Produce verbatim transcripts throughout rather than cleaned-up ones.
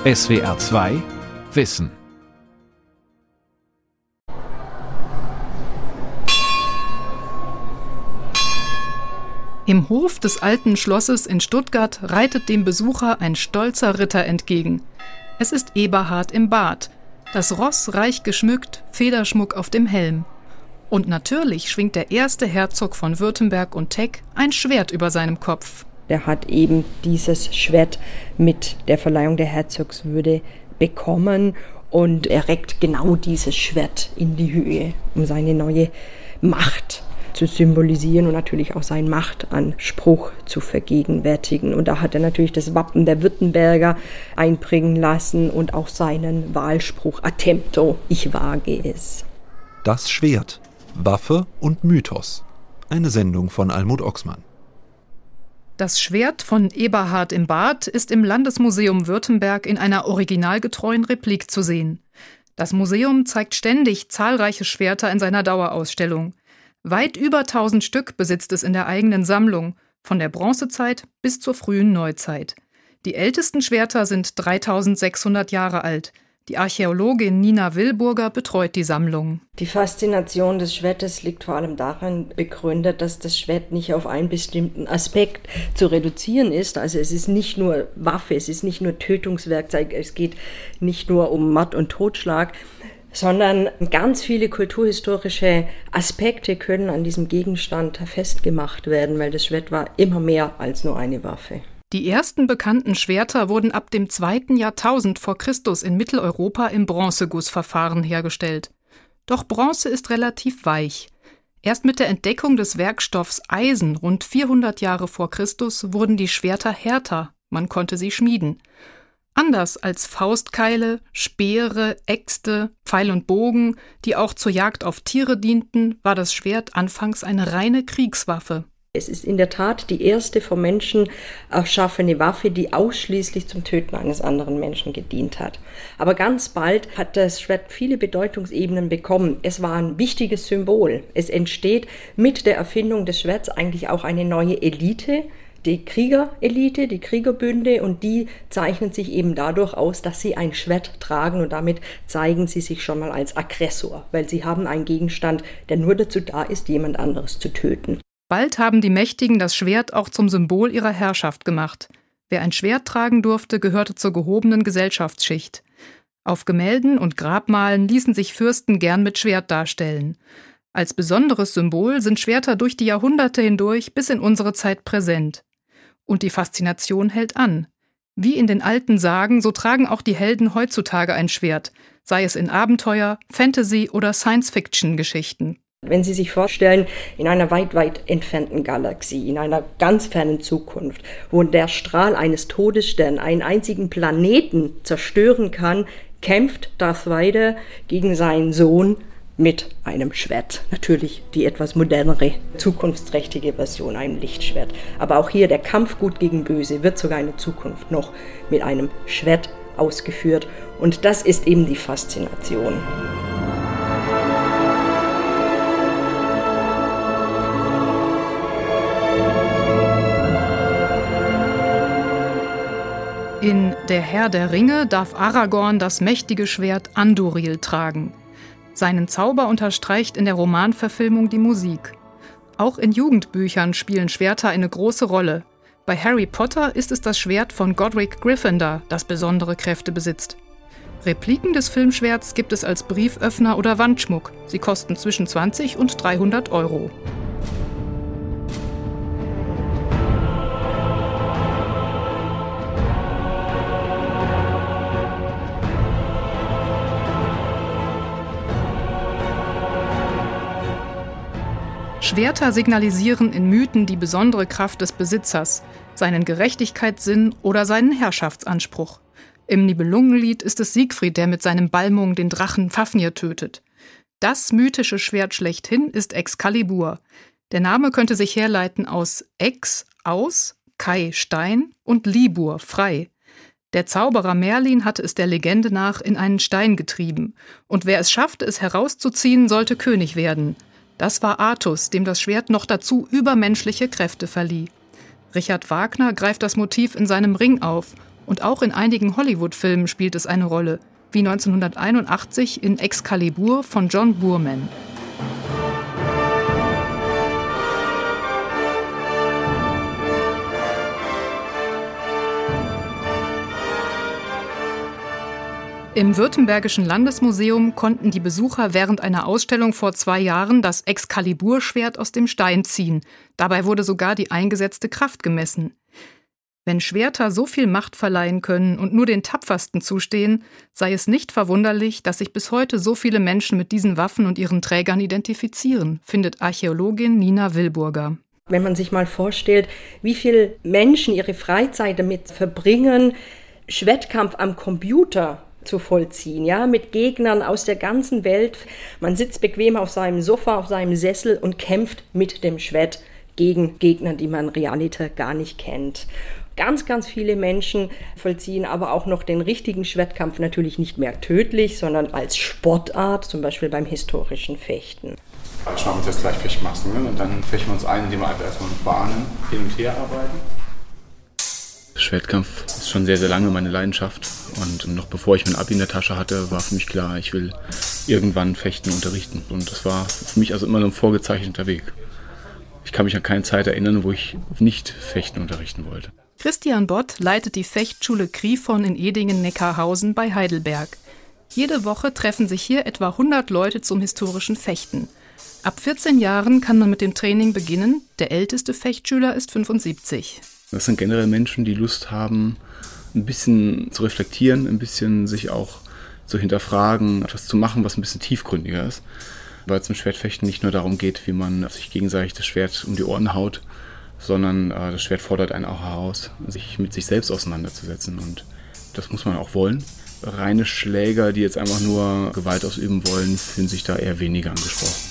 S W R zwei Wissen. Im Hof des alten Schlosses in Stuttgart reitet dem Besucher ein stolzer Ritter entgegen. Es ist Eberhard im Bart, das Ross reich geschmückt, Federschmuck auf dem Helm. Und natürlich schwingt der erste Herzog von Württemberg und Teck ein Schwert über seinem Kopf. Er hat eben dieses Schwert mit der Verleihung der Herzogswürde bekommen und er reckt genau dieses Schwert in die Höhe, um seine neue Macht zu symbolisieren und natürlich auch seinen Machtanspruch zu vergegenwärtigen. Und da hat er natürlich das Wappen der Württemberger einbringen lassen und auch seinen Wahlspruch Attempto, ich wage es. Das Schwert, Waffe und Mythos. Eine Sendung von Almut Oxmann. Das Schwert von Eberhard im Bart ist im Landesmuseum Württemberg in einer originalgetreuen Replik zu sehen. Das Museum zeigt ständig zahlreiche Schwerter in seiner Dauerausstellung. Weit über tausend Stück besitzt es in der eigenen Sammlung, von der Bronzezeit bis zur frühen Neuzeit. Die ältesten Schwerter sind dreitausendsechshundert Jahre alt. Die Archäologin Nina Willburger betreut die Sammlung. Die Faszination des Schwertes liegt vor allem daran begründet, dass das Schwert nicht auf einen bestimmten Aspekt zu reduzieren ist. Also es ist nicht nur Waffe, es ist nicht nur Tötungswerkzeug, es geht nicht nur um Mord und Totschlag, sondern ganz viele kulturhistorische Aspekte können an diesem Gegenstand festgemacht werden, weil das Schwert war immer mehr als nur eine Waffe. Die ersten bekannten Schwerter wurden ab dem zweiten Jahrtausend vor Christus in Mitteleuropa im Bronzegussverfahren hergestellt. Doch Bronze ist relativ weich. Erst mit der Entdeckung des Werkstoffs Eisen rund vierhundert Jahre vor Christus wurden die Schwerter härter, man konnte sie schmieden. Anders als Faustkeile, Speere, Äxte, Pfeil und Bogen, die auch zur Jagd auf Tiere dienten, war das Schwert anfangs eine reine Kriegswaffe. Es ist in der Tat die erste vom Menschen erschaffene Waffe, die ausschließlich zum Töten eines anderen Menschen gedient hat. Aber ganz bald hat das Schwert viele Bedeutungsebenen bekommen. Es war ein wichtiges Symbol. Es entsteht mit der Erfindung des Schwerts eigentlich auch eine neue Elite, die Kriegerelite, die Kriegerbünde, und die zeichnen sich eben dadurch aus, dass sie ein Schwert tragen und damit zeigen sie sich schon mal als Aggressor, weil sie haben einen Gegenstand, der nur dazu da ist, jemand anderes zu töten. Bald haben die Mächtigen das Schwert auch zum Symbol ihrer Herrschaft gemacht. Wer ein Schwert tragen durfte, gehörte zur gehobenen Gesellschaftsschicht. Auf Gemälden und Grabmalen ließen sich Fürsten gern mit Schwert darstellen. Als besonderes Symbol sind Schwerter durch die Jahrhunderte hindurch bis in unsere Zeit präsent. Und die Faszination hält an. Wie in den alten Sagen, so tragen auch die Helden heutzutage ein Schwert, sei es in Abenteuer, Fantasy- oder Science-Fiction-Geschichten. Wenn Sie sich vorstellen, in einer weit, weit entfernten Galaxie, in einer ganz fernen Zukunft, wo der Strahl eines Todessterns einen einzigen Planeten zerstören kann, kämpft Darth Vader gegen seinen Sohn mit einem Schwert. Natürlich die etwas modernere, zukunftsträchtige Version, einem Lichtschwert. Aber auch hier der Kampf Gut gegen Böse wird sogar in der Zukunft noch mit einem Schwert ausgeführt. Und das ist eben die Faszination. In Der Herr der Ringe darf Aragorn das mächtige Schwert Anduril tragen. Seinen Zauber unterstreicht in der Romanverfilmung die Musik. Auch in Jugendbüchern spielen Schwerter eine große Rolle. Bei Harry Potter ist es das Schwert von Godric Gryffindor, das besondere Kräfte besitzt. Repliken des Filmschwerts gibt es als Brieföffner oder Wandschmuck. Sie kosten zwischen zwanzig und dreihundert Euro. Schwerter signalisieren in Mythen die besondere Kraft des Besitzers, seinen Gerechtigkeitssinn oder seinen Herrschaftsanspruch. Im Nibelungenlied ist es Siegfried, der mit seinem Balmung den Drachen Fafnir tötet. Das mythische Schwert schlechthin ist Excalibur. Der Name könnte sich herleiten aus Ex, aus, Kai, Stein und Libur, frei. Der Zauberer Merlin hatte es der Legende nach in einen Stein getrieben. Und wer es schaffte, es herauszuziehen, sollte König werden. Das war Artus, dem das Schwert noch dazu übermenschliche Kräfte verlieh. Richard Wagner greift das Motiv in seinem Ring auf Und auch in einigen Hollywood-Filmen spielt es eine Rolle, wie neunzehnhunderteinundachtzig in Excalibur von John Boorman. Im Württembergischen Landesmuseum konnten die Besucher während einer Ausstellung vor zwei Jahren das Excalibur-Schwert aus dem Stein ziehen. Dabei wurde sogar die eingesetzte Kraft gemessen. Wenn Schwerter so viel Macht verleihen können und nur den Tapfersten zustehen, sei es nicht verwunderlich, dass sich bis heute so viele Menschen mit diesen Waffen und ihren Trägern identifizieren, findet Archäologin Nina Wilburger. Wenn man sich mal vorstellt, wie viele Menschen ihre Freizeit damit verbringen, Schwertkampf am Computer zu vollziehen, ja, mit Gegnern aus der ganzen Welt. Man sitzt bequem auf seinem Sofa, auf seinem Sessel und kämpft mit dem Schwert gegen Gegner, die man realiter gar nicht kennt. Ganz, ganz viele Menschen vollziehen aber auch noch den richtigen Schwertkampf, natürlich nicht mehr tödlich, sondern als Sportart, zum Beispiel beim historischen Fechten. Schauen wir uns jetzt gleich Fechtmaßen, ne? Und dann fechten wir uns ein, indem wir einfach erstmal mit Bahnen hin und her arbeiten. Schwertkampf ist schon sehr, sehr lange meine Leidenschaft. Und noch bevor ich mein Abi in der Tasche hatte, war für mich klar, ich will irgendwann Fechten unterrichten. Und das war für mich also immer so ein vorgezeichneter Weg. Ich kann mich an keine Zeit erinnern, wo ich nicht Fechten unterrichten wollte. Christian Bott leitet die Fechtschule Krifon in Edingen-Neckarhausen bei Heidelberg. Jede Woche treffen sich hier etwa hundert Leute zum historischen Fechten. Ab vierzehn Jahren kann man mit dem Training beginnen. Der älteste Fechtschüler ist fünfundsiebzig. Das sind generell Menschen, die Lust haben, ein bisschen zu reflektieren, ein bisschen sich auch zu hinterfragen, etwas zu machen, was ein bisschen tiefgründiger ist. Weil es im Schwertfechten nicht nur darum geht, wie man sich gegenseitig das Schwert um die Ohren haut, sondern äh, das Schwert fordert einen auch heraus, sich mit sich selbst auseinanderzusetzen. Und das muss man auch wollen. Reine Schläger, die jetzt einfach nur Gewalt ausüben wollen, fühlen sich da eher weniger angesprochen.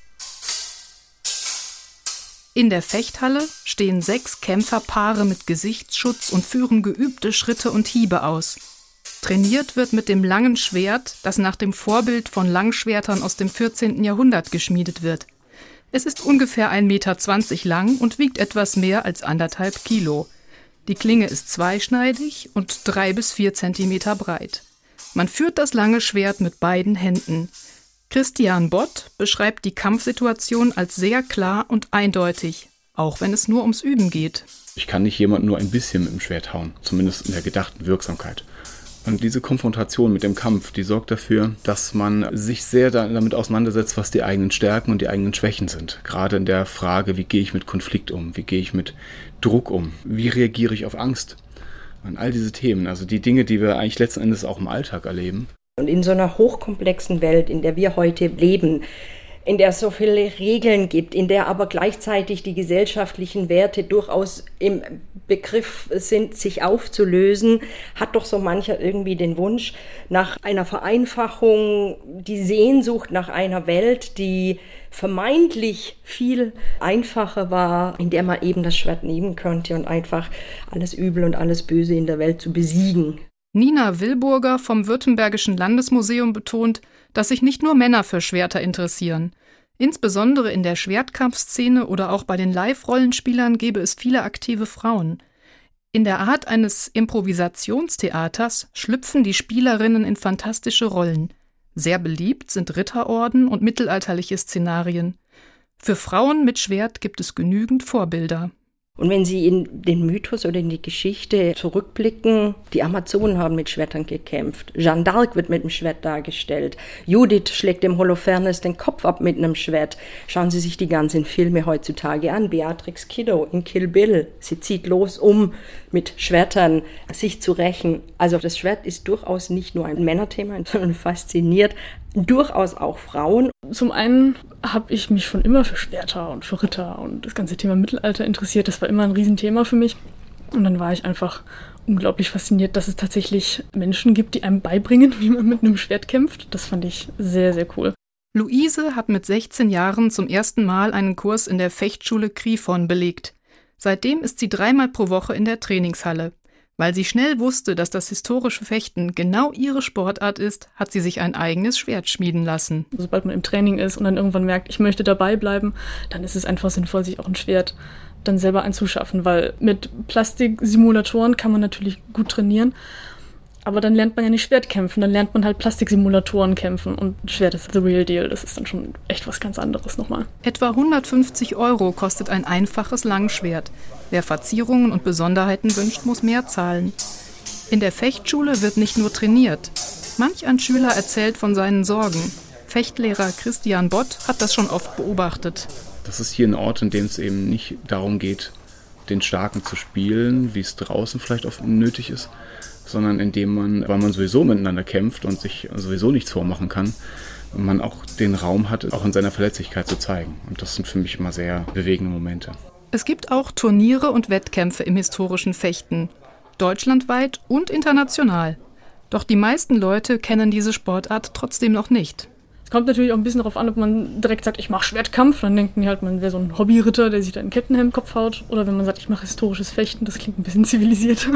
In der Fechthalle stehen sechs Kämpferpaare mit Gesichtsschutz und führen geübte Schritte und Hiebe aus. Trainiert wird mit dem langen Schwert, das nach dem Vorbild von Langschwertern aus dem vierzehnten Jahrhundert geschmiedet wird. Es ist ungefähr ein Meter zwanzig lang und wiegt etwas mehr als anderthalb Kilo. Die Klinge ist zweischneidig und drei bis vier Zentimeter breit. Man führt das lange Schwert mit beiden Händen. Christian Bott beschreibt die Kampfsituation als sehr klar und eindeutig, auch wenn es nur ums Üben geht. Ich kann nicht jemanden nur ein bisschen mit dem Schwert hauen, zumindest in der gedachten Wirksamkeit. Und diese Konfrontation mit dem Kampf, die sorgt dafür, dass man sich sehr damit auseinandersetzt, was die eigenen Stärken und die eigenen Schwächen sind. Gerade in der Frage, wie gehe ich mit Konflikt um, wie gehe ich mit Druck um, wie reagiere ich auf Angst. Und all diese Themen, also die Dinge, die wir eigentlich letzten Endes auch im Alltag erleben. Und in so einer hochkomplexen Welt, in der wir heute leben, in der es so viele Regeln gibt, in der aber gleichzeitig die gesellschaftlichen Werte durchaus im Begriff sind, sich aufzulösen, hat doch so mancher irgendwie den Wunsch nach einer Vereinfachung, die Sehnsucht nach einer Welt, die vermeintlich viel einfacher war, in der man eben das Schwert nehmen könnte und einfach alles Übel und alles Böse in der Welt zu besiegen. Nina Wilburger vom Württembergischen Landesmuseum betont, dass sich nicht nur Männer für Schwerter interessieren. Insbesondere in der Schwertkampfszene oder auch bei den Live-Rollenspielern gäbe es viele aktive Frauen. In der Art eines Improvisationstheaters schlüpfen die Spielerinnen in fantastische Rollen. Sehr beliebt sind Ritterorden und mittelalterliche Szenarien. Für Frauen mit Schwert gibt es genügend Vorbilder. Und wenn Sie in den Mythos oder in die Geschichte zurückblicken, die Amazonen haben mit Schwertern gekämpft. Jeanne d'Arc wird mit dem Schwert dargestellt. Judith schlägt dem Holofernes den Kopf ab mit einem Schwert. Schauen Sie sich die ganzen Filme heutzutage an. Beatrix Kiddo in Kill Bill. Sie zieht los, um mit Schwertern sich zu rächen. Also das Schwert ist durchaus nicht nur ein Männerthema, sondern fasziniert durchaus auch Frauen. Zum einen habe ich mich schon immer für Schwerter und für Ritter und das ganze Thema Mittelalter interessiert. Das war immer ein Riesenthema für mich. Und dann war ich einfach unglaublich fasziniert, dass es tatsächlich Menschen gibt, die einem beibringen, wie man mit einem Schwert kämpft. Das fand ich sehr, sehr cool. Luise hat mit sechzehn Jahren zum ersten Mal einen Kurs in der Fechtschule Krifon belegt. Seitdem ist sie dreimal pro Woche in der Trainingshalle. Weil sie schnell wusste, dass das historische Fechten genau ihre Sportart ist, hat sie sich ein eigenes Schwert schmieden lassen. Sobald man im Training ist und dann irgendwann merkt, ich möchte dabei bleiben, dann ist es einfach sinnvoll, sich auch ein Schwert dann selber anzuschaffen, weil mit Plastiksimulatoren kann man natürlich gut trainieren, aber dann lernt man ja nicht Schwert kämpfen, dann lernt man halt Plastiksimulatoren kämpfen und ein Schwert ist the real deal, das ist dann schon echt was ganz anderes nochmal. Etwa hundertfünfzig Euro kostet ein einfaches Langschwert. Wer Verzierungen und Besonderheiten wünscht, muss mehr zahlen. In der Fechtschule wird nicht nur trainiert. Manch ein Schüler erzählt von seinen Sorgen. Fechtlehrer Christian Bott hat das schon oft beobachtet. Das ist hier ein Ort, in dem es eben nicht darum geht, den Starken zu spielen, wie es draußen vielleicht oft nötig ist, sondern in dem man, weil man sowieso miteinander kämpft und sich sowieso nichts vormachen kann, man auch den Raum hat, auch in seiner Verletzlichkeit zu zeigen. Und das sind für mich immer sehr bewegende Momente. Es gibt auch Turniere und Wettkämpfe im historischen Fechten, deutschlandweit und international. Doch die meisten Leute kennen diese Sportart trotzdem noch nicht. Es kommt natürlich auch ein bisschen darauf an, ob man direkt sagt, ich mache Schwertkampf, dann denken die halt, man wäre so ein Hobbyritter, der sich da ein Kettenhemd im Kopf haut. Oder wenn man sagt, ich mache historisches Fechten, das klingt ein bisschen zivilisierter.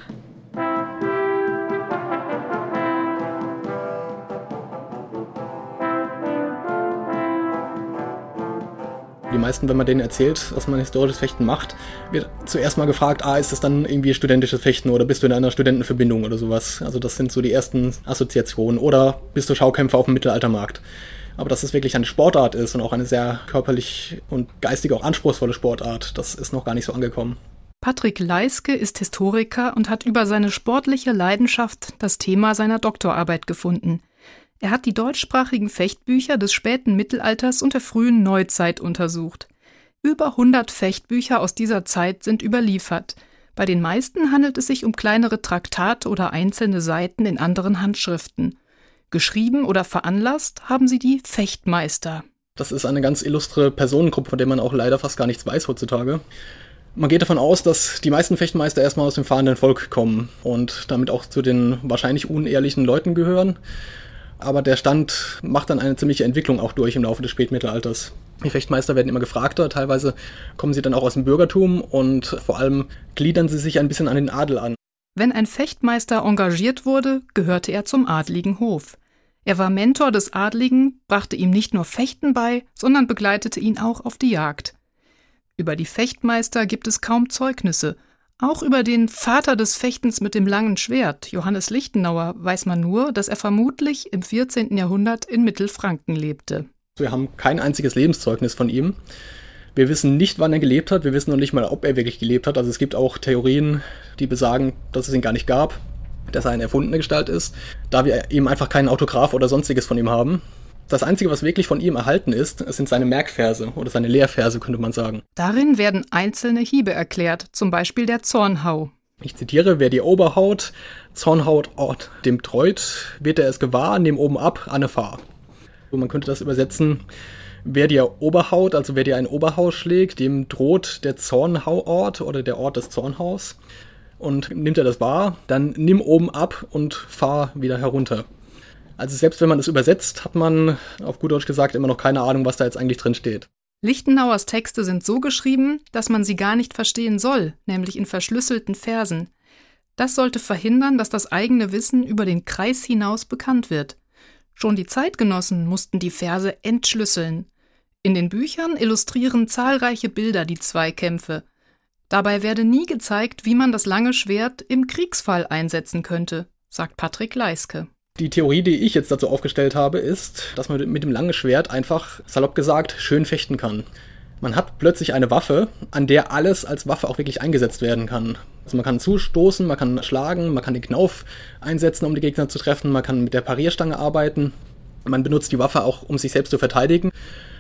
Die meisten, wenn man denen erzählt, dass man historisches Fechten macht, wird zuerst mal gefragt, ah, ist das dann irgendwie studentisches Fechten oder bist du in einer Studentenverbindung oder sowas? Also das sind so die ersten Assoziationen. Oder bist du Schaukämpfer auf dem Mittelaltermarkt? Aber dass es wirklich eine Sportart ist und auch eine sehr körperlich und geistig auch anspruchsvolle Sportart, das ist noch gar nicht so angekommen. Patrick Leiske ist Historiker und hat über seine sportliche Leidenschaft das Thema seiner Doktorarbeit gefunden. Er hat die deutschsprachigen Fechtbücher des späten Mittelalters und der frühen Neuzeit untersucht. Über hundert Fechtbücher aus dieser Zeit sind überliefert. Bei den meisten handelt es sich um kleinere Traktate oder einzelne Seiten in anderen Handschriften. Geschrieben oder veranlasst haben sie die Fechtmeister. Das ist eine ganz illustre Personengruppe, von der man auch leider fast gar nichts weiß heutzutage. Man geht davon aus, dass die meisten Fechtmeister erstmal aus dem fahrenden Volk kommen und damit auch zu den wahrscheinlich unehrlichen Leuten gehören. Aber der Stand macht dann eine ziemliche Entwicklung auch durch im Laufe des Spätmittelalters. Die Fechtmeister werden immer gefragter, teilweise kommen sie dann auch aus dem Bürgertum und vor allem gliedern sie sich ein bisschen an den Adel an. Wenn ein Fechtmeister engagiert wurde, gehörte er zum adligen Hof. Er war Mentor des Adligen, brachte ihm nicht nur Fechten bei, sondern begleitete ihn auch auf die Jagd. Über die Fechtmeister gibt es kaum Zeugnisse. Auch über den Vater des Fechtens mit dem langen Schwert, Johannes Lichtenauer, weiß man nur, dass er vermutlich im vierzehnten Jahrhundert in Mittelfranken lebte. Wir haben kein einziges Lebenszeugnis von ihm. Wir wissen nicht, wann er gelebt hat. Wir wissen noch nicht mal, ob er wirklich gelebt hat. Also es gibt auch Theorien, die besagen, dass es ihn gar nicht gab, dass er eine erfundene Gestalt ist, da wir eben einfach keinen Autograph oder sonstiges von ihm haben. Das Einzige, was wirklich von ihm erhalten ist, sind seine Merkverse oder seine Lehrverse, könnte man sagen. Darin werden einzelne Hiebe erklärt, zum Beispiel der Zornhau. Ich zitiere, wer die Oberhaut, Zornhaut Ort dem treut, wird er es gewahr, nehm oben ab, anne fahr. So, man könnte das übersetzen, wer dir Oberhaut, also wer dir ein Oberhau schlägt, dem droht der Zornhauort oder der Ort des Zornhaus. Und nimmt er das wahr, dann nimm oben ab und fahr wieder herunter. Also selbst wenn man das übersetzt, hat man auf gut Deutsch gesagt immer noch keine Ahnung, was da jetzt eigentlich drin steht. Lichtenauers Texte sind so geschrieben, dass man sie gar nicht verstehen soll, nämlich in verschlüsselten Versen. Das sollte verhindern, dass das eigene Wissen über den Kreis hinaus bekannt wird. Schon die Zeitgenossen mussten die Verse entschlüsseln. In den Büchern illustrieren zahlreiche Bilder die Zweikämpfe. Dabei werde nie gezeigt, wie man das lange Schwert im Kriegsfall einsetzen könnte, sagt Patrick Leiske. Die Theorie, die ich jetzt dazu aufgestellt habe, ist, dass man mit dem langen Schwert einfach, salopp gesagt, schön fechten kann. Man hat plötzlich eine Waffe, an der alles als Waffe auch wirklich eingesetzt werden kann. Also man kann zustoßen, man kann schlagen, man kann den Knauf einsetzen, um die Gegner zu treffen, man kann mit der Parierstange arbeiten. Man benutzt die Waffe auch, um sich selbst zu verteidigen.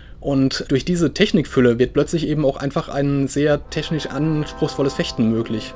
Und durch diese Technikfülle wird plötzlich eben auch einfach ein sehr technisch anspruchsvolles Fechten möglich.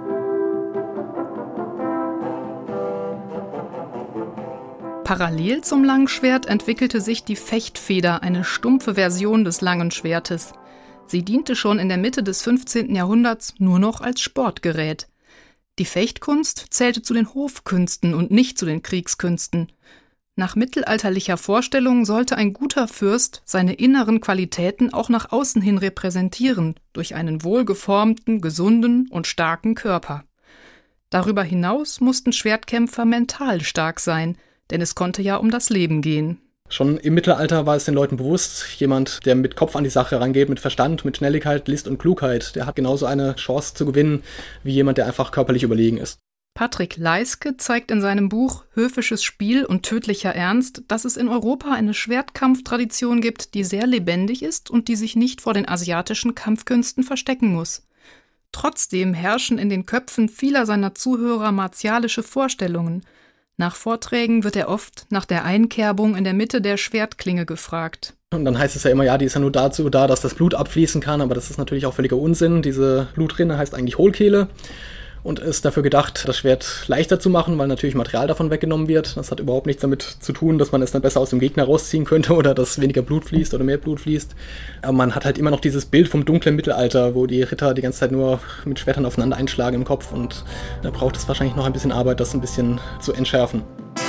Parallel zum Langschwert entwickelte sich die Fechtfeder, eine stumpfe Version des langen Schwertes. Sie diente schon in der Mitte des fünfzehnten Jahrhunderts nur noch als Sportgerät. Die Fechtkunst zählte zu den Hofkünsten und nicht zu den Kriegskünsten. Nach mittelalterlicher Vorstellung sollte ein guter Fürst seine inneren Qualitäten auch nach außen hin repräsentieren, durch einen wohlgeformten, gesunden und starken Körper. Darüber hinaus mussten Schwertkämpfer mental stark sein, denn es konnte ja um das Leben gehen. Schon im Mittelalter war es den Leuten bewusst, jemand, der mit Kopf an die Sache rangeht, mit Verstand, mit Schnelligkeit, List und Klugheit, der hat genauso eine Chance zu gewinnen, wie jemand, der einfach körperlich überlegen ist. Patrick Leiske zeigt in seinem Buch Höfisches Spiel und tödlicher Ernst, dass es in Europa eine Schwertkampftradition gibt, die sehr lebendig ist und die sich nicht vor den asiatischen Kampfkünsten verstecken muss. Trotzdem herrschen in den Köpfen vieler seiner Zuhörer martialische Vorstellungen. Nach Vorträgen wird er oft nach der Einkerbung in der Mitte der Schwertklinge gefragt. Und dann heißt es ja immer, ja, die ist ja nur dazu da, dass das Blut abfließen kann, aber das ist natürlich auch völliger Unsinn. Diese Blutrinne heißt eigentlich Hohlkehle und ist dafür gedacht, das Schwert leichter zu machen, weil natürlich Material davon weggenommen wird. Das hat überhaupt nichts damit zu tun, dass man es dann besser aus dem Gegner rausziehen könnte oder dass weniger Blut fließt oder mehr Blut fließt. Aber man hat halt immer noch dieses Bild vom dunklen Mittelalter, wo die Ritter die ganze Zeit nur mit Schwertern aufeinander einschlagen im Kopf, und da braucht es wahrscheinlich noch ein bisschen Arbeit, das ein bisschen zu entschärfen.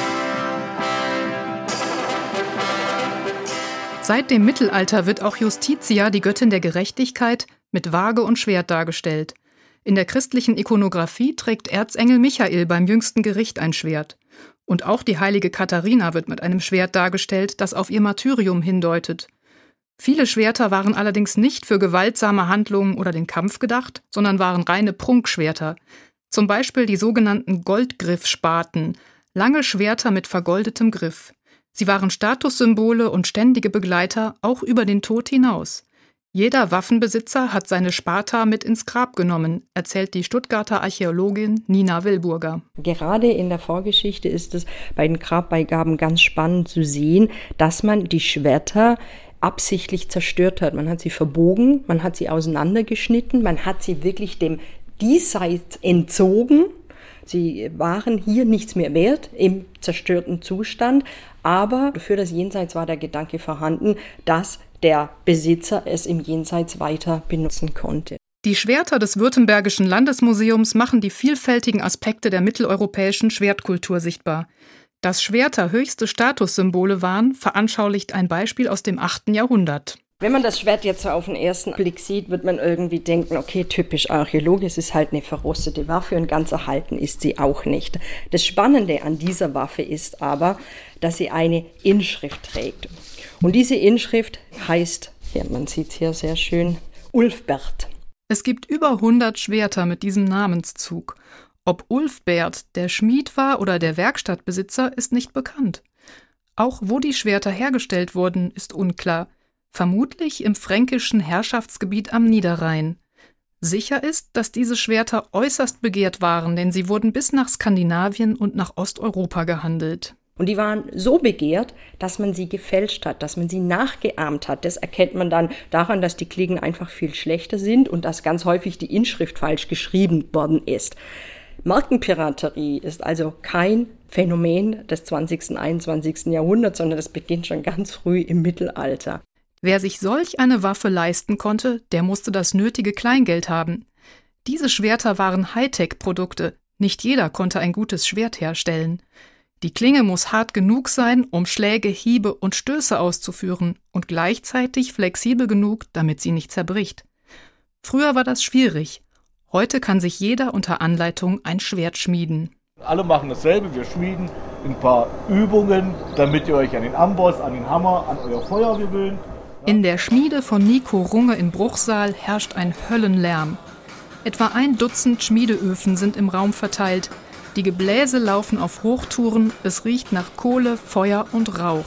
Seit dem Mittelalter wird auch Justitia, die Göttin der Gerechtigkeit, mit Waage und Schwert dargestellt. In der christlichen Ikonographie trägt Erzengel Michael beim jüngsten Gericht ein Schwert. Und auch die heilige Katharina wird mit einem Schwert dargestellt, das auf ihr Martyrium hindeutet. Viele Schwerter waren allerdings nicht für gewaltsame Handlungen oder den Kampf gedacht, sondern waren reine Prunkschwerter. Zum Beispiel die sogenannten Goldgriffspaten, lange Schwerter mit vergoldetem Griff. Sie waren Statussymbole und ständige Begleiter, auch über den Tod hinaus. Jeder Waffenbesitzer hat seine Spata mit ins Grab genommen, erzählt die Stuttgarter Archäologin Nina Willburger. Gerade in der Vorgeschichte ist es bei den Grabbeigaben ganz spannend zu sehen, dass man die Schwerter absichtlich zerstört hat. Man hat sie verbogen, man hat sie auseinandergeschnitten, man hat sie wirklich dem Diesseits entzogen. Sie waren hier nichts mehr wert im zerstörten Zustand, aber für das Jenseits war der Gedanke vorhanden, dass der Besitzer es im Jenseits weiter benutzen konnte. Die Schwerter des Württembergischen Landesmuseums machen die vielfältigen Aspekte der mitteleuropäischen Schwertkultur sichtbar. Dass Schwerter höchste Statussymbole waren, veranschaulicht ein Beispiel aus dem achten Jahrhundert. Wenn man das Schwert jetzt so auf den ersten Blick sieht, wird man irgendwie denken, okay, typisch Archäologe, es ist halt eine verrostete Waffe und ganz erhalten ist sie auch nicht. Das Spannende an dieser Waffe ist aber, dass sie eine Inschrift trägt. Und diese Inschrift heißt, ja, man sieht es hier sehr schön, Ulfbert. Es gibt über hundert Schwerter mit diesem Namenszug. Ob Ulfbert der Schmied war oder der Werkstattbesitzer, ist nicht bekannt. Auch wo die Schwerter hergestellt wurden, ist unklar. Vermutlich im fränkischen Herrschaftsgebiet am Niederrhein. Sicher ist, dass diese Schwerter äußerst begehrt waren, denn sie wurden bis nach Skandinavien und nach Osteuropa gehandelt. Und die waren so begehrt, dass man sie gefälscht hat, dass man sie nachgeahmt hat. Das erkennt man dann daran, dass die Klingen einfach viel schlechter sind und dass ganz häufig die Inschrift falsch geschrieben worden ist. Markenpiraterie ist also kein Phänomen des zwanzigsten, einundzwanzigsten Jahrhunderts, sondern das beginnt schon ganz früh im Mittelalter. Wer sich solch eine Waffe leisten konnte, der musste das nötige Kleingeld haben. Diese Schwerter waren Hightech-Produkte. Nicht jeder konnte ein gutes Schwert herstellen. Die Klinge muss hart genug sein, um Schläge, Hiebe und Stöße auszuführen und gleichzeitig flexibel genug, damit sie nicht zerbricht. Früher war das schwierig. Heute kann sich jeder unter Anleitung ein Schwert schmieden. Alle machen dasselbe, wir schmieden ein paar Übungen, damit ihr euch an den Amboss, an den Hammer, an euer Feuer gewöhnt. In der Schmiede von Nico Runge in Bruchsal herrscht ein Höllenlärm. Etwa ein Dutzend Schmiedeöfen sind im Raum verteilt. Die Gebläse laufen auf Hochtouren, es riecht nach Kohle, Feuer und Rauch.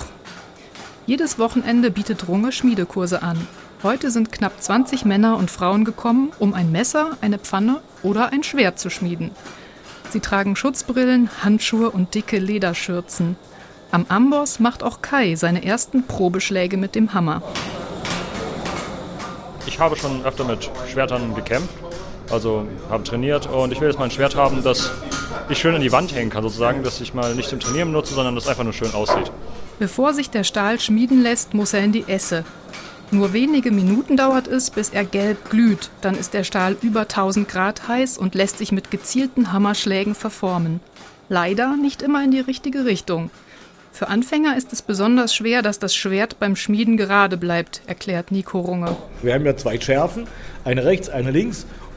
Jedes Wochenende bietet Runge Schmiedekurse an. Heute sind knapp zwanzig Männer und Frauen gekommen, um ein Messer, eine Pfanne oder ein Schwert zu schmieden. Sie tragen Schutzbrillen, Handschuhe und dicke Lederschürzen. Am Amboss macht auch Kai seine ersten Probeschläge mit dem Hammer. Ich habe schon öfter mit Schwertern gekämpft, also habe trainiert, und ich will jetzt mal ein Schwert haben, das ich schön in die Wand hängen kann, sozusagen, dass ich mal nicht zum Trainieren benutze, sondern das einfach nur schön aussieht. Bevor sich der Stahl schmieden lässt, muss er in die Esse. Nur wenige Minuten dauert es, bis er gelb glüht. Dann ist der Stahl über tausend Grad heiß und lässt sich mit gezielten Hammerschlägen verformen. Leider nicht immer in die richtige Richtung. Für Anfänger ist es besonders schwer, dass das Schwert beim Schmieden gerade bleibt, erklärt Nico Runge. Wir haben ja zwei Schärfen, eine rechts, eine links,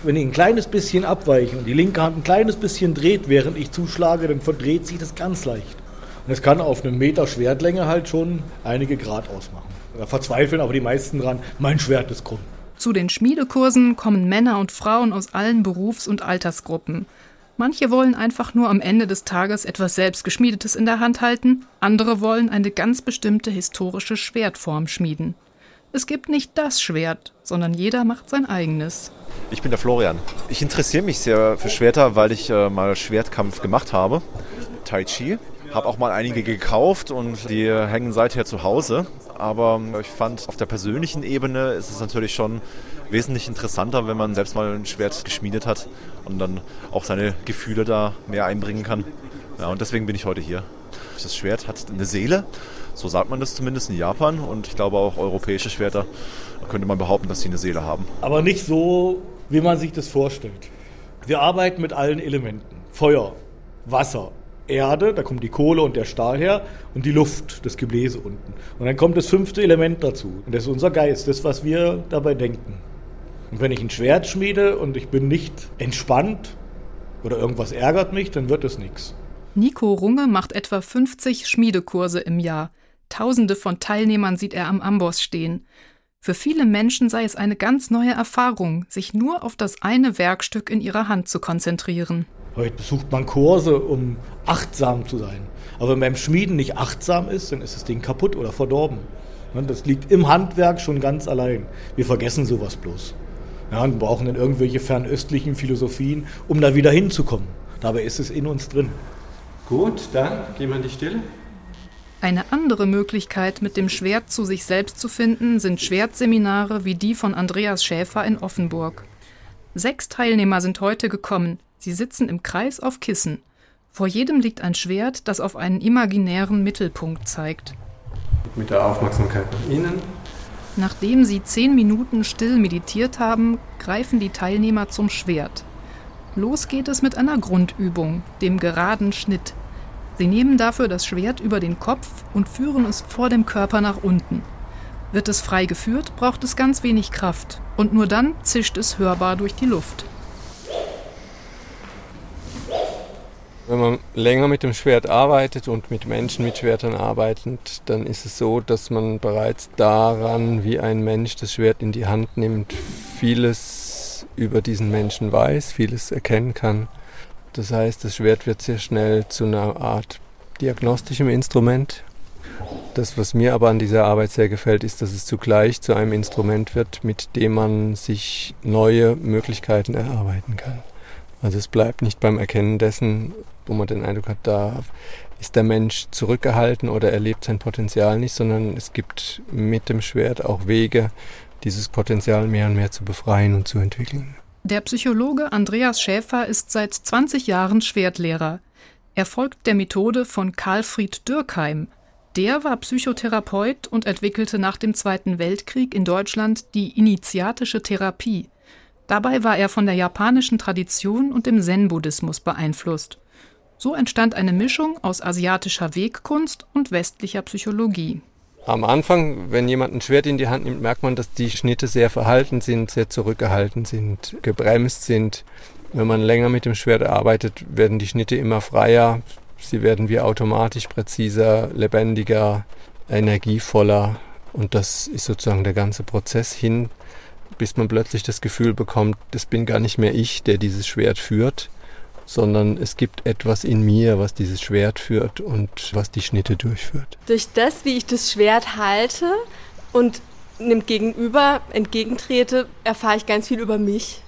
wenn ich ein kleines bisschen abweiche und die linke Hand ein kleines bisschen dreht, während ich zuschlage, dann verdreht sich das ganz leicht. Und das kann auf einem Meter Schwertlänge halt schon einige Grad ausmachen. Da verzweifeln aber die meisten dran, mein Schwert ist krumm. Zu den Schmiedekursen kommen Männer und Frauen aus allen Berufs- und Altersgruppen. Manche wollen einfach nur am Ende des Tages etwas Selbstgeschmiedetes in der Hand halten, andere wollen eine ganz bestimmte historische Schwertform schmieden. Es gibt nicht das Schwert, sondern jeder macht sein eigenes. Ich bin der Florian. Ich interessiere mich sehr für Schwerter, weil ich äh, mal Schwertkampf gemacht habe. Tai Chi. Habe auch mal einige gekauft und die hängen seither zu Hause. Aber ich fand, auf der persönlichen Ebene ist es natürlich schon wesentlich interessanter, wenn man selbst mal ein Schwert geschmiedet hat und dann auch seine Gefühle da mehr einbringen kann. Ja, und deswegen bin ich heute hier. Das Schwert hat eine Seele, so sagt man das zumindest in Japan. Und ich glaube auch europäische Schwerter, da könnte man behaupten, dass sie eine Seele haben. Aber nicht so, wie man sich das vorstellt. Wir arbeiten mit allen Elementen. Feuer, Wasser, Erde, da kommt die Kohle und der Stahl her und die Luft, das Gebläse unten. Und dann kommt das fünfte Element dazu. Und das ist unser Geist, das, was wir dabei denken. Und wenn ich ein Schwert schmiede und ich bin nicht entspannt oder irgendwas ärgert mich, dann wird es nichts. Nico Runge macht etwa fünfzig Schmiedekurse im Jahr. Tausende von Teilnehmern sieht er am Amboss stehen. Für viele Menschen sei es eine ganz neue Erfahrung, sich nur auf das eine Werkstück in ihrer Hand zu konzentrieren. Heute besucht man Kurse, um achtsam zu sein. Aber wenn beim Schmieden nicht achtsam ist, dann ist das Ding kaputt oder verdorben. Das liegt im Handwerk schon ganz allein. Wir vergessen sowas bloß. Ja, und brauchen dann irgendwelche fernöstlichen Philosophien, um da wieder hinzukommen. Dabei ist es in uns drin. Gut, dann gehen wir in die Stille. Eine andere Möglichkeit, mit dem Schwert zu sich selbst zu finden, sind Schwertseminare wie die von Andreas Schäfer in Offenburg. Sechs Teilnehmer sind heute gekommen. Sie sitzen im Kreis auf Kissen. Vor jedem liegt ein Schwert, das auf einen imaginären Mittelpunkt zeigt. Mit der Aufmerksamkeit nach innen. Nachdem sie zehn Minuten still meditiert haben, greifen die Teilnehmer zum Schwert. Los geht es mit einer Grundübung, dem geraden Schnitt. Sie nehmen dafür das Schwert über den Kopf und führen es vor dem Körper nach unten. Wird es frei geführt, braucht es ganz wenig Kraft. Und nur dann zischt es hörbar durch die Luft. Wenn man länger mit dem Schwert arbeitet und mit Menschen mit Schwertern arbeitet, dann ist es so, dass man bereits daran, wie ein Mensch das Schwert in die Hand nimmt, vieles über diesen Menschen weiß, vieles erkennen kann. Das heißt, das Schwert wird sehr schnell zu einer Art diagnostischem Instrument. Das, was mir aber an dieser Arbeit sehr gefällt, ist, dass es zugleich zu einem Instrument wird, mit dem man sich neue Möglichkeiten erarbeiten kann. Also es bleibt nicht beim Erkennen dessen, wo man den Eindruck hat, da ist der Mensch zurückgehalten oder erlebt sein Potenzial nicht, sondern es gibt mit dem Schwert auch Wege, dieses Potenzial mehr und mehr zu befreien und zu entwickeln. Der Psychologe Andreas Schäfer ist seit zwanzig Jahren Schwertlehrer. Er folgt der Methode von Karlfried Dürkheim. Der war Psychotherapeut und entwickelte nach dem Zweiten Weltkrieg in Deutschland die initiatische Therapie. Dabei war er von der japanischen Tradition und dem Zen-Buddhismus beeinflusst. So entstand eine Mischung aus asiatischer Wegkunst und westlicher Psychologie. Am Anfang, wenn jemand ein Schwert in die Hand nimmt, merkt man, dass die Schnitte sehr verhalten sind, sehr zurückgehalten sind, gebremst sind. Wenn man länger mit dem Schwert arbeitet, werden die Schnitte immer freier. Sie werden wie automatisch präziser, lebendiger, energievoller. Und das ist sozusagen der ganze Prozess hin, bis man plötzlich das Gefühl bekommt, das bin gar nicht mehr ich, der dieses Schwert führt, sondern es gibt etwas in mir, was dieses Schwert führt und was die Schnitte durchführt. Durch das, wie ich das Schwert halte und dem Gegenüber entgegentrete, erfahre ich ganz viel über mich.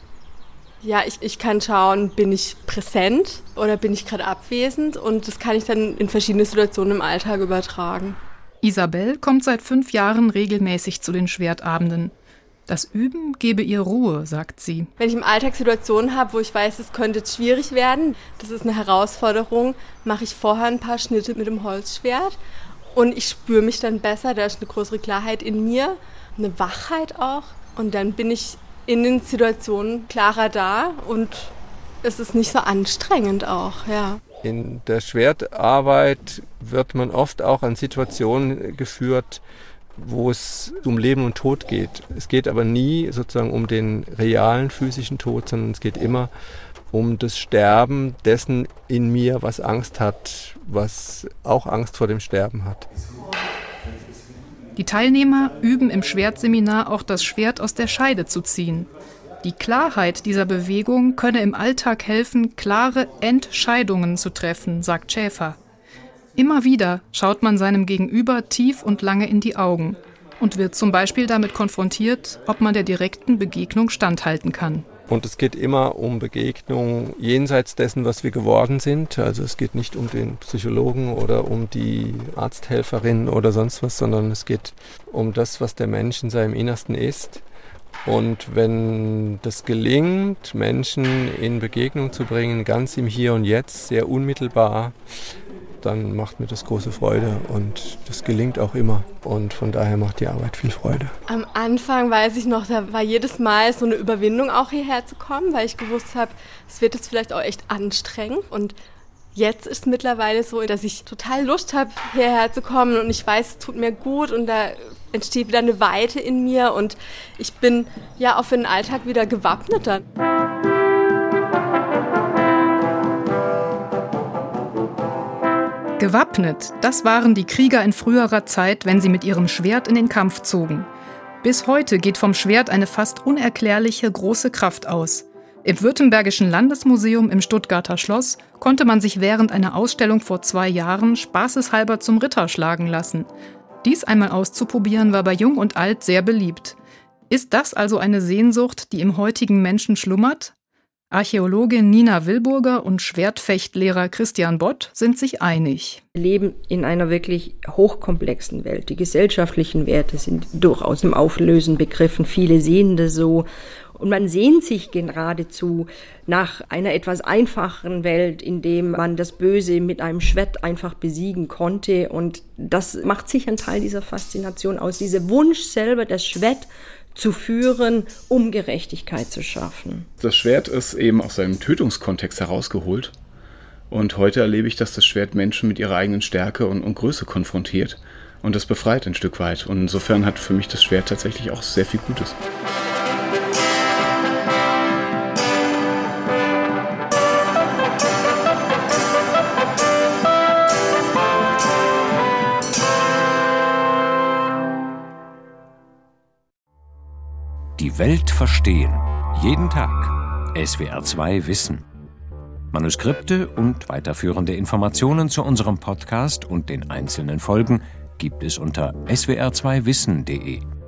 Ja, ich, ich kann schauen, bin ich präsent oder bin ich gerade abwesend, und das kann ich dann in verschiedene Situationen im Alltag übertragen. Isabel kommt seit fünf Jahren regelmäßig zu den Schwertabenden. Das Üben gebe ihr Ruhe, sagt sie. Wenn ich im Alltag Situationen habe, wo ich weiß, es könnte jetzt schwierig werden, das ist eine Herausforderung, mache ich vorher ein paar Schnitte mit dem Holzschwert und ich spüre mich dann besser, da ist eine größere Klarheit in mir, eine Wachheit auch, und dann bin ich in den Situationen klarer da und es ist nicht so anstrengend auch, ja. In der Schwertarbeit wird man oft auch an Situationen geführt, wo es um Leben und Tod geht. Es geht aber nie sozusagen um den realen physischen Tod, sondern es geht immer um das Sterben dessen in mir, was Angst hat, was auch Angst vor dem Sterben hat. Die Teilnehmer üben im Schwertseminar auch das Schwert aus der Scheide zu ziehen. Die Klarheit dieser Bewegung könne im Alltag helfen, klare Entscheidungen zu treffen, sagt Schäfer. Immer wieder schaut man seinem Gegenüber tief und lange in die Augen und wird zum Beispiel damit konfrontiert, ob man der direkten Begegnung standhalten kann. Und es geht immer um Begegnung jenseits dessen, was wir geworden sind. Also es geht nicht um den Psychologen oder um die Arzthelferin oder sonst was, sondern es geht um das, was der Mensch in seinem Innersten ist. Und wenn das gelingt, Menschen in Begegnung zu bringen, ganz im Hier und Jetzt, sehr unmittelbar, dann macht mir das große Freude und das gelingt auch immer und von daher macht die Arbeit viel Freude. Am Anfang weiß ich noch, da war jedes Mal so eine Überwindung auch hierher zu kommen, weil ich gewusst habe, es wird jetzt vielleicht auch echt anstrengend und jetzt ist es mittlerweile so, dass ich total Lust habe, hierher zu kommen und ich weiß, es tut mir gut und da entsteht wieder eine Weite in mir und ich bin ja auch für den Alltag wieder gewappneter. Gewappnet, das waren die Krieger in früherer Zeit, wenn sie mit ihrem Schwert in den Kampf zogen. Bis heute geht vom Schwert eine fast unerklärliche große Kraft aus. Im Württembergischen Landesmuseum im Stuttgarter Schloss konnte man sich während einer Ausstellung vor zwei Jahren spaßeshalber zum Ritter schlagen lassen. Dies einmal auszuprobieren war bei Jung und Alt sehr beliebt. Ist das also eine Sehnsucht, die im heutigen Menschen schlummert? Archäologin Nina Wilburger und Schwertfechtlehrer Christian Bott sind sich einig. Wir leben in einer wirklich hochkomplexen Welt. Die gesellschaftlichen Werte sind durchaus im Auflösen begriffen. Viele sehen das so. Und man sehnt sich geradezu nach einer etwas einfacheren Welt, in dem man das Böse mit einem Schwert einfach besiegen konnte. Und das macht sich ein Teil dieser Faszination aus. Dieser Wunsch selber, das Schwert zu führen, um Gerechtigkeit zu schaffen. Das Schwert ist eben aus seinem Tötungskontext herausgeholt. Und heute erlebe ich, dass das Schwert Menschen mit ihrer eigenen Stärke und, und Größe konfrontiert. Und das befreit ein Stück weit. Und insofern hat für mich das Schwert tatsächlich auch sehr viel Gutes. Die Welt verstehen. Jeden Tag. S W R zwei Wissen. Manuskripte und weiterführende Informationen zu unserem Podcast und den einzelnen Folgen gibt es unter s w r zwei wissen punkt de.